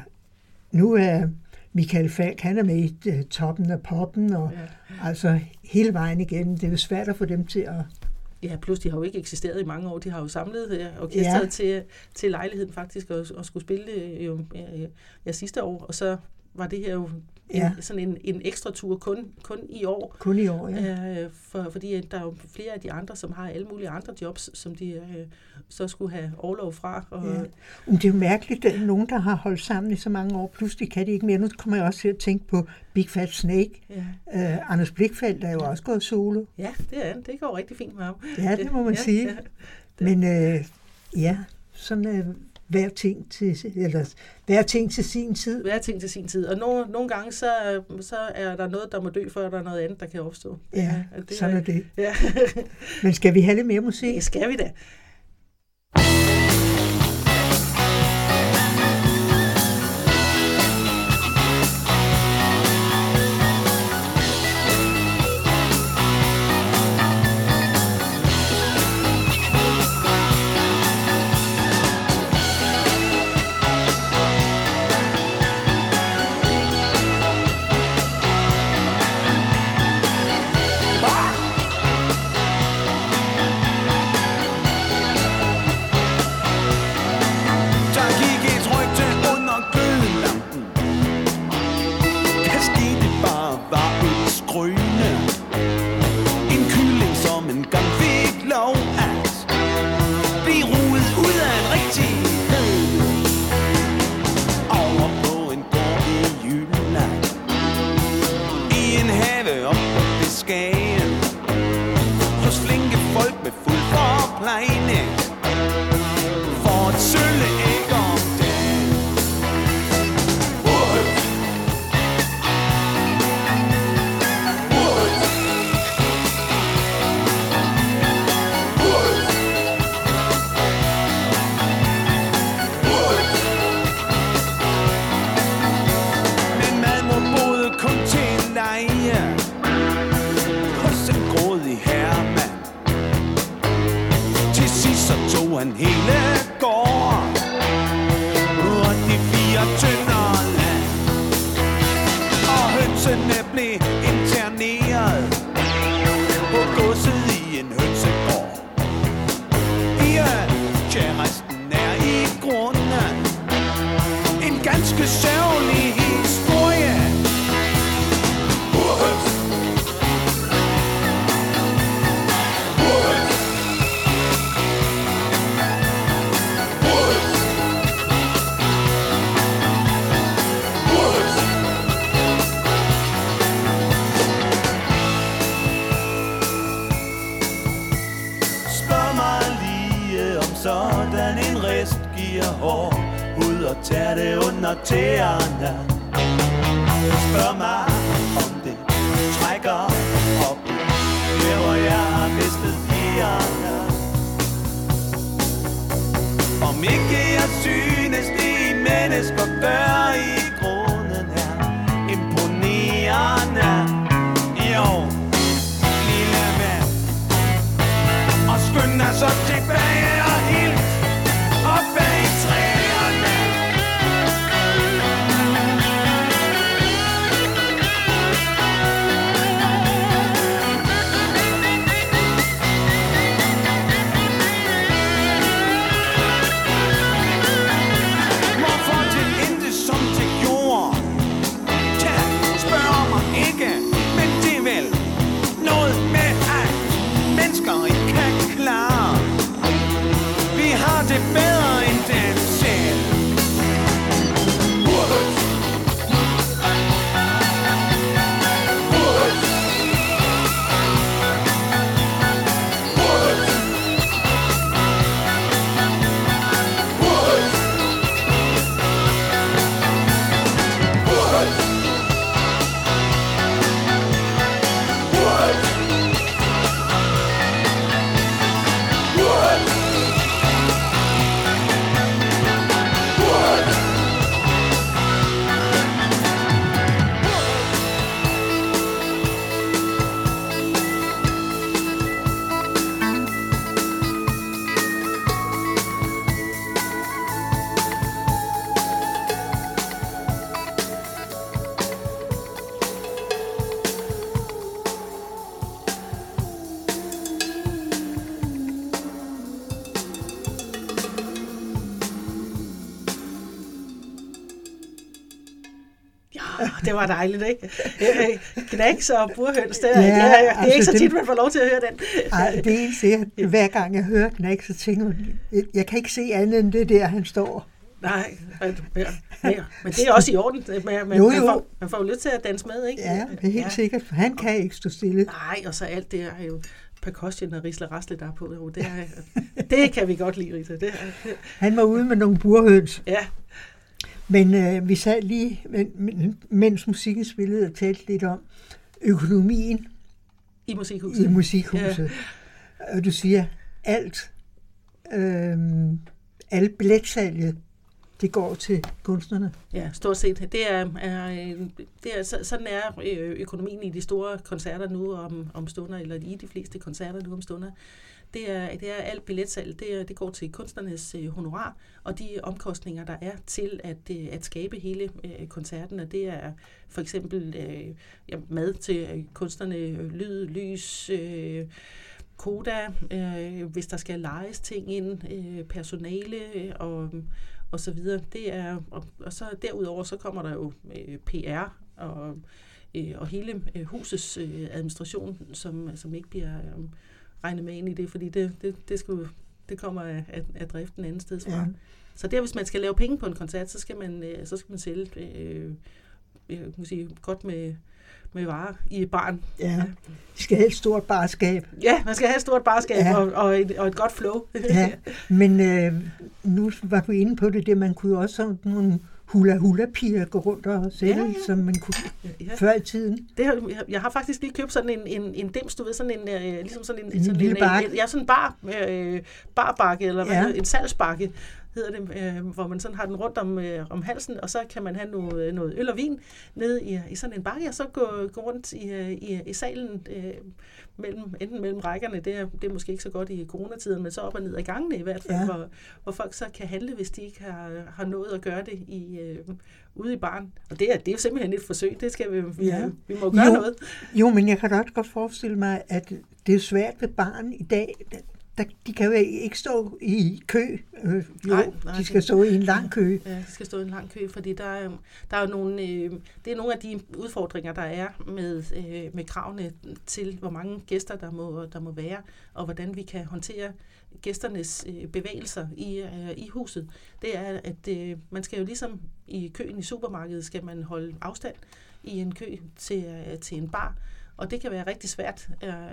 nu er Michael Falch, han er med i uh, toppen af poppen, og ja. altså hele vejen igennem. Det er jo svært at få dem til at... Ja, plus de har jo ikke eksisteret i mange år. De har jo samlet uh, orkestret ja. til, til lejligheden faktisk, og, og skulle spille det jo ja, ja, sidste år. Og så var det her jo en, ja. sådan en, en ekstra tur kun, kun i år. Kun i år, ja. Uh, for, fordi der er jo flere af de andre, som har alle mulige andre jobs, som de uh, så skulle have overlov fra. Og, ja. Men det er jo mærkeligt, at nogen, der har holdt sammen i så mange år, pludselig kan de ikke mere. Nu kommer jeg også til at tænke på Big Fat Snake. Ja. Uh, Anders Blichfeldt er jo ja. også gået solo. Ja, det er det går rigtig fint med ham. Ja, det må man ja, sige. Ja, Men uh, ja, sådan uh, hver ting til eller hver ting til sin tid. Hver ting til sin tid. Og nogle, nogle gange så, så er der noget, der må dø, før der er noget andet, der kan opstå. Ja, ja det sådan er, er det. Ja. Men skal vi have lidt mere musik? Det skal vi da. den hele gård og de fire tønder land. Og hønsene blev interneret på godset i en hønsegård. Ja, tja, resten er i grunden en ganske sørgelig historie. Burhøns. Burhøns. Burhøns. Burhøns. Spørg mig lige om sådan en rest giver hår ud og tager det under tæerne. Spørg mig om det trækker op der hvor jeg har mistet fjerne. Om ikke jeg synes det mennesker gør i grunden er imponerende. Jo, lille mand. Og skynd dig så tilbage og helt op bag træerne. Hvorfor til intet som til jord? Tja, spørg mig ikke, men det er vel noget med at mennesker ikke kan klare. Vi har det bedre end dem selv. Burhøns. Burhøns. Burhøns. Burhøns. Burhøns. Burhøns. Burhøns. Det var dejligt, ikke? Knæks og burhøns, det er, Ja, det er, det er altså ikke så det- tit, man får lov til at høre den. Ej, det eneste, jeg, hver gang jeg hører Knæk, så tænker jeg, jeg, jeg kan ikke se andet end det der, han står. Nej, men, men, men det er også i orden. Man, man, Jo, man, jo. får, man får jo lyst til at danse med, ikke? Ja, det er helt ja. sikkert, for han kan ikke stå stille. Nej, og så alt det er jo percussion og risle rasle, der er på. Jo, det, er, det kan vi godt lide, Rita. Det er, Han var ude med nogle burhøns, ja, men øh, vi sad lige, men- men- mens musikken spillede, og talte lidt om økonomien i musikhuset. i musikhuset. Ja. Og du siger, alt, øh, alt billetsalget, det går til kunstnerne. Ja, stort set. Det er, er, øh, det er, så- sådan er øh, økonomien i de store koncerter nu om, om stunder, eller i de fleste koncerter nu om stunder. Det er, det er alt billetsalg, det, er, det går til kunstnernes øh, honorar, og de omkostninger, der er til at, øh, at skabe hele øh, koncerten, og det er for eksempel øh, ja, mad til øh, kunstnerne, øh, lyd, lys, øh, koda, øh, hvis der skal lejes ting ind, øh, personale øh, og, og så videre. Det er, og, og så derudover så kommer der jo øh, P R og, øh, og hele øh, husets øh, administration, som, som ikke bliver øh, regnet med ind i det, fordi det, det, det, skal, det kommer af, af, af driften anden sted fra. Ja. Så der, hvis man skal lave penge på en koncert, så skal man, øh, så skal man sælge øh, jeg kan sige, godt med, med varer i baren. Ja, de skal have et stort barskab. Ja, man skal have et stort barskab Ja. ja. og, og, et, og et godt flow. Ja, men øh, nu var du inde på det, det man kunne jo også sådan nogle hula-hula-piger gå rundt og sælge, Ja, ja, ja. ja. som man kunne Ja. før i tiden. Det har, jeg- jeg har faktisk lige købt sådan en, en, en dims, du ved, sådan en, øh, ligesom sådan en, En sådan lille en, bakke. en, ja, sådan en bar, øh, barbakke, eller hvad Ja. ja. En salgsbakke, hedder det, øh, hvor man sådan har den rundt om, øh, om halsen, og så kan man have noget, noget øl og vin nede i, i sådan en bakke, og så gå, gå rundt i, i, i salen, øh, mellem, enten mellem rækkerne, det er, det er måske ikke så godt i coronatiden, men så op og ned ad gangene i hvert fald, ja. hvor, hvor folk så kan handle, hvis de ikke har, har nået at gøre det i, øh, ude i baren. Og det er, det er jo simpelthen et forsøg, det skal vi, vi, ja. vi må gøre jo, noget. Jo, men jeg kan da også godt forestille mig, at det er svært ved barn i dag. Der, de kan jo ikke stå i kø. Øh, jo, nej, nej, de skal stå i en lang kø. Ja, de skal stå i en lang kø, fordi der er, der er jo nogle, øh, det er nogle af de udfordringer, der er med, øh, med kravene til, hvor mange gæster der må, der må være, og hvordan vi kan håndtere gæsternes øh, bevægelser i, øh, i huset. Det er, at øh, man skal jo ligesom i køen i supermarkedet, skal man holde afstand i en kø til, øh, til en bar. Og det kan være rigtig svært,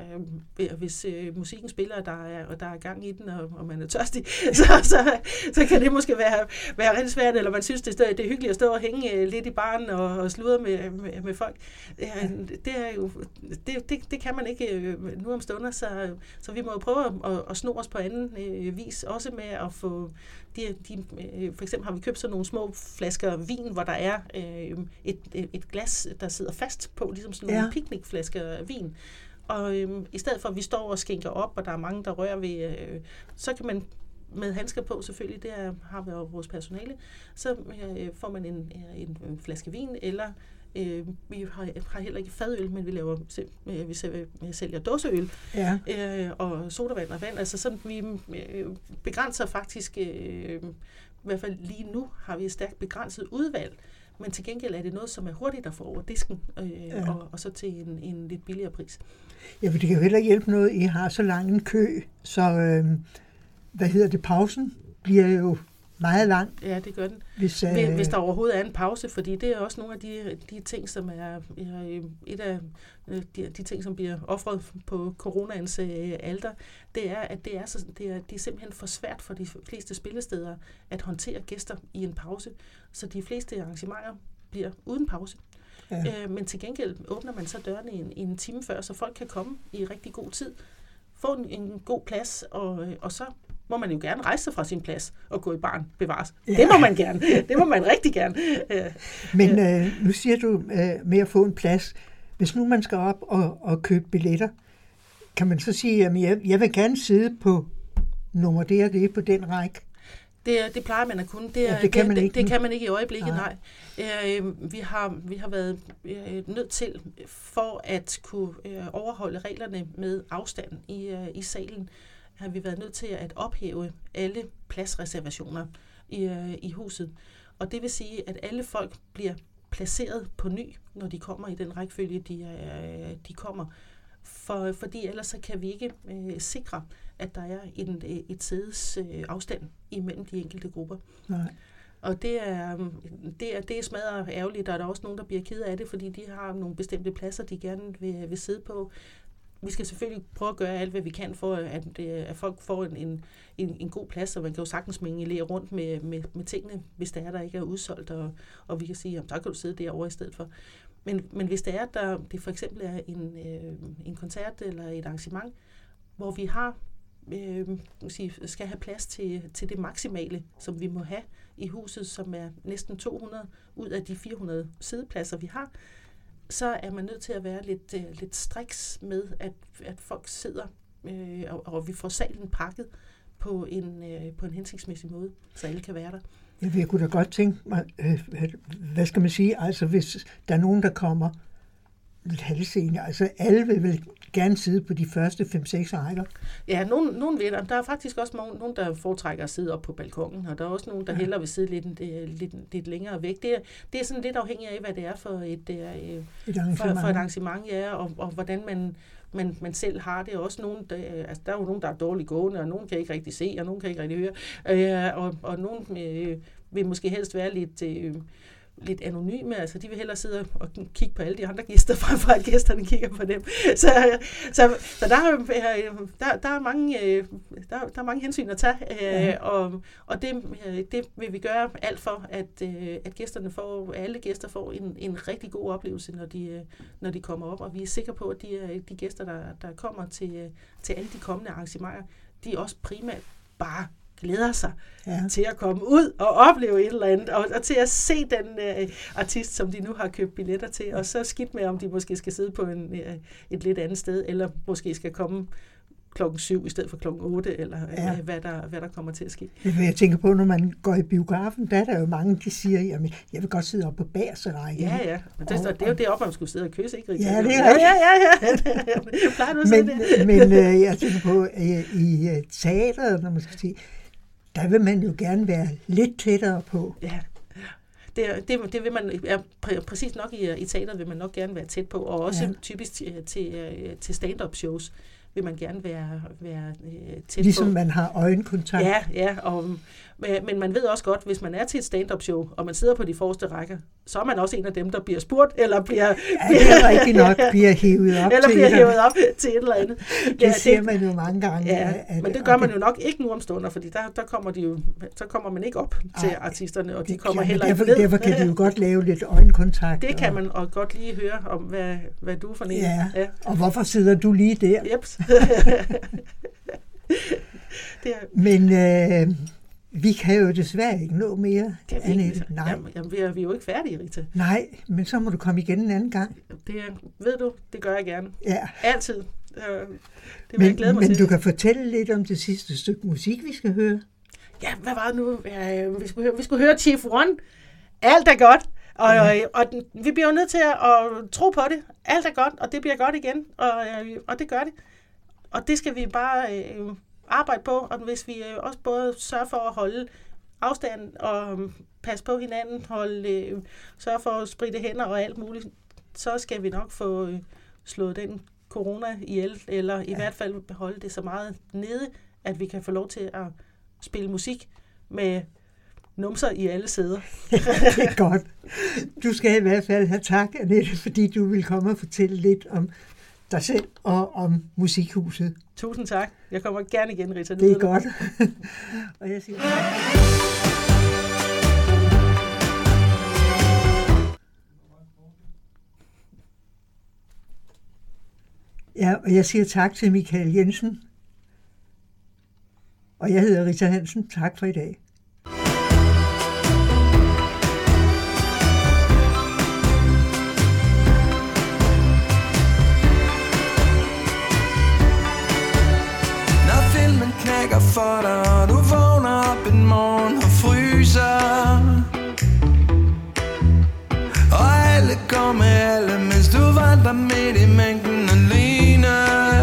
øh, hvis øh, musikken spiller, og der er, og der er gang i den, og, og man er tørstig, så, så, så kan det måske være, være rigtig svært, eller man synes, det er, det er hyggeligt at stå og hænge øh, lidt i baren og, og sludre med, med, med folk. Øh, det, er jo, det, det, det kan man ikke øh, nu om stunder, så, så vi må jo prøve at, at sno os på anden øh, vis, også med at få... De, de, øh, for eksempel har vi købt sådan nogle små flasker vin, hvor der er øh, et, et glas, der sidder fast på, ligesom sådan nogle ja. picnicflasker vin. Og øh, i stedet for, at vi står og skænker op, og der er mange, der rører ved, øh, så kan man med handsker på selvfølgelig, det er, har vi jo vores personale, så øh, får man en, en, en flaske vin, eller Øh, vi har, har heller ikke fadøl, men vi laver øh, vi sælger, vi sælger dåseøl ja. øh, og sodavand og vand. Altså sådan, vi øh, begrænser faktisk, øh, i hvert fald lige nu har vi et stærkt begrænset udvalg, men til gengæld er det noget, som er hurtigt at få over disken, øh, ja. og, og så til en, en lidt billigere pris. Ja, for det kan jo heller ikke hjælpe noget, I har så lang en kø, så øh, hvad hedder det, pausen bliver jo meget lang. Ja, det gør den. Hvis, øh... hvis der overhovedet er en pause, fordi det er også nogle af de, de ting, som er, er et af de, de ting, som bliver offret på coronaens øh, alter, det er, at det er, så, det, er, det er simpelthen for svært for de fleste spillesteder at håndtere gæster i en pause. Så de fleste arrangementer bliver uden pause. Ja. Øh, men til gengæld åbner man så dørene en, en time før, så folk kan komme i rigtig god tid, få en, en god plads, og, og så må man jo gerne rejse sig fra sin plads og gå i baren bevares. Ja. Det må man gerne. Det må man rigtig gerne. Men øh, nu siger du øh, med at få en plads. Hvis nu man skal op og, og købe billetter, kan man så sige, at jeg, jeg vil gerne sidde på nummer det og det på den række? Det, det plejer man at kunne. Det, ja, det, kan, det, man det, ikke. det kan man ikke i øjeblikket, nej. nej. Øh, vi, har, vi har været øh, nødt til, for at kunne øh, overholde reglerne med afstand i, øh, i salen, har vi været nødt til at ophæve alle pladsreservationer i, øh, i huset. Og det vil sige, at alle folk bliver placeret på ny, når de kommer i den rækkefølge, de, øh, de kommer. For, fordi ellers så kan vi ikke øh, sikre, at der er en, et sædes øh, afstand imellem de enkelte grupper. Nej. Og det er, det er, det er smadret ærgerligt, og der er også nogen, der bliver ked af det, fordi de har nogle bestemte pladser, de gerne vil, vil sidde på. Vi skal selvfølgelig prøve at gøre alt, hvad vi kan for, at, at folk får en, en, en god plads, og man kan jo sagtens mingelere rundt med, med, med tingene, hvis der er, der ikke er udsolgt, og, og vi kan sige, at så kan du sidde derovre i stedet for. Men, men hvis det er, der det for eksempel er en, øh, en koncert eller et arrangement, hvor vi har øh, sige, skal have plads til, til det maksimale, som vi må have i huset, som er næsten to hundrede ud af de fire hundrede siddepladser, vi har, så er man nødt til at være lidt, øh, lidt striks med, at, at folk sidder, øh, og, og vi får salen pakket på en, øh, på en hensigtsmæssig måde, så alle kan være der. Ja, jeg kunne da godt tænke mig, øh, hvad skal man sige, altså hvis der er nogen, der kommer lidt halvsene, altså alle vil vel gerne sidde på de første fem seks rækker. Ja, nogen, nogen vil, der er faktisk også nogen, der foretrækker at sidde op på balkongen, og der er også nogen, der ja. hellere vil sidde lidt, lidt, lidt længere væk. Det er, det er sådan lidt afhængigt af, hvad det er for et, et, et for, for et arrangement, ja, og, og hvordan man, man, man selv har det. Også nogen, der, altså, der er jo nogen, der er dårligt gående, og nogen kan ikke rigtig se, og nogen kan ikke rigtig høre, øh, og, og nogen øh, vil måske helst være lidt... Øh, lidt anonyme, altså de vil hellere sidde og kigge på alle de andre gæster, frem for at gæsterne kigger på dem. Så, så, så der, er, der, der, er mange, der, der er mange hensyn at tage, ja. og, og det, det vil vi gøre alt for, at, at gæsterne får, alle gæster får en, en rigtig god oplevelse, når de, når de kommer op, og vi er sikre på, at de, de gæster, der, der kommer til, til alle de kommende arrangementer, de også primært bare glæder sig Ja. til at komme ud og opleve et eller andet, og, og til at se den øh, artist, som de nu har købt billetter til, og så skidt med, om de måske skal sidde på en, øh, et lidt andet sted, eller måske skal komme klokken syv i stedet for klokken otte, eller Ja. øh, hvad, der, hvad der kommer til at ske. Det vil jeg tænke på, når man går i biografen, der er der jo mange, de siger, jamen, jeg vil godt sidde oppe på bagerste række. Ja, ja. Men det, Og- det er jo deroppe, man skulle sidde og kysse, ikke? Rita? Ja, det er ja, rigtigt. ja, ja, ja. Plejer du at sige Men, det? men øh, jeg tænker på, øh, i øh, teateret, når man skal sige, der vil man jo gerne være lidt tættere på. Ja. Det, er- det, det vil man, ja, præ, præcis nok i, i teateret vil man nok gerne være tæt på, og også Ja. ja. typisk til, til, til stand-up shows vil man gerne være, være øh, tæt Ligesom på. man har øjenkontakt. Ja, ja, og, men, men man ved også godt, hvis man er til et stand-up show, og man sidder på de forreste rækker, så er man også en af dem, der bliver spurgt, eller bliver, Ja, det er rigtigt nok, bliver hævet op eller til bliver et- hævet op til et eller andet. Det ser man jo mange gange. Ja, at- men det gør man jo nok ikke nu om stunder, fordi der, der kommer de jo, så kommer man ikke op til Ej, artisterne, og de det kommer kan- heller derfor, ikke ned. derfor kan de jo godt lave lidt øjenkontakt. Det kan og- man og godt lige høre om, hvad, hvad du er for en. Ja. ja. Og hvorfor sidder du lige der? Jeps. det er, Men øh, vi kan jo desværre ikke nå mere, kan vi, Annette. ikke. Nej. Jamen, jamen, vi er, vi er jo ikke færdige, Rita. Nej, men så må du komme igen en anden gang. Det er, ved du, det gør jeg gerne. Ja. Altid. Øh, Det vil jeg glæde Men, mig men til. du kan fortælle lidt om det sidste stykke musik, vi skal høre. Ja, hvad var det nu? Ja, vi, skulle høre, vi skulle høre Chief One. Alt er godt. Og, ja. og, og den, vi bliver jo nødt til at, at tro på det. Alt er godt, og det bliver godt igen. Og, øh, og det gør det. Og det skal vi bare øh, arbejde på. Og hvis vi øh, også både sørger for at holde afstand og øh, passe på hinanden, holde, øh, sørge for at spritte hænder og alt muligt, så skal vi nok få øh, slået den corona ihjel, eller i ja. hvert fald holde det så meget nede, at vi kan få lov til at spille musik med numser i alle sæder. Det er godt. Du skal i hvert fald have tak, Annette, fordi du vil komme og fortælle lidt om dig selv og om Musikhuset. Tusind tak. Jeg kommer gerne igen, Rita. Det er godt. Og jeg siger Ja, og jeg siger tak til Michael Jensen. Og jeg hedder Rita Hansen. Tak for i dag. Når filmen knækker for dig, og du vågner op en morgen og fryser, og alle går med alle, mens du vandrer midt i mængden alene,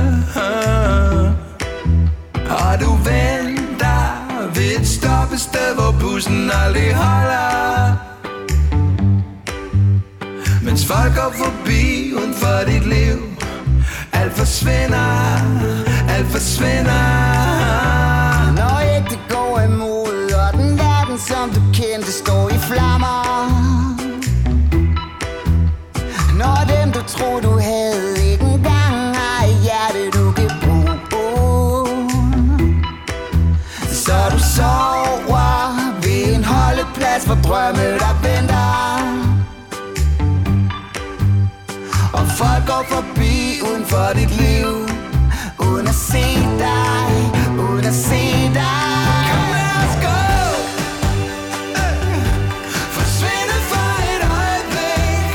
og du venter ved et stoppested, hvor bussen aldrig holder, mens folk går forbi uden for dit liv. Alt forsvinder, alt forsvinder. Når ægte går imod, og den verden som du kendte står i flammer. Når dem du troede du havde ikke engang har et hjerte du kan bruge, så du sover ved en holdeplads for drømme der venter. Og folk går forbi uden for dit liv, uden at se dig, uden at se dig. Kom lad os gå, forsvinde for et øjeblik.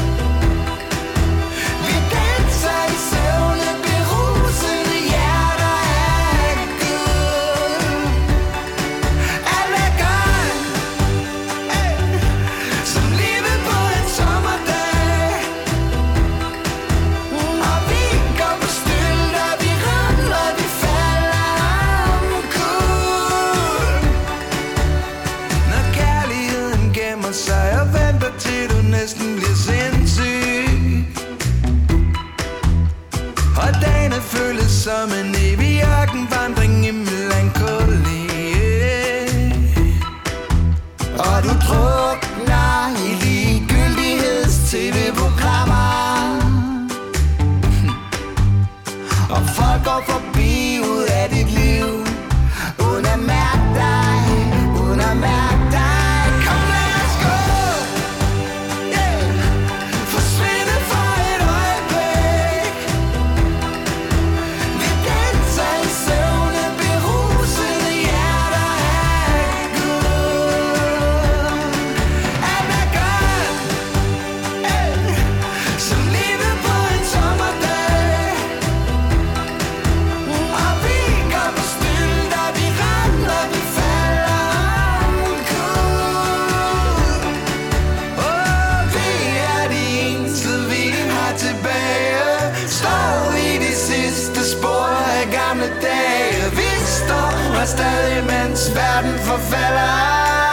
Vi danser i søvne, berusende hjerter af Gud. Alt er godt, som livet på en sommerdag. Og vi går på stylter, vi ramler, vi falder omkuld. Når kærligheden gemmer sig og venter til du næsten bliver sindssyg, og dagene føles som en evig ørkenvandring i melankoli, Og du drukner i ligegyldigheds-T V-programmer. Og folk går forbi ud af dit liv, uden at mærke dig, uden at mærke dig. kom lad os gå, yeah. Forsvinde for et øjeblik. Vi danser i søvne, berusende hjerter gamle dage. Vi står her stadig, mens verden forfalder.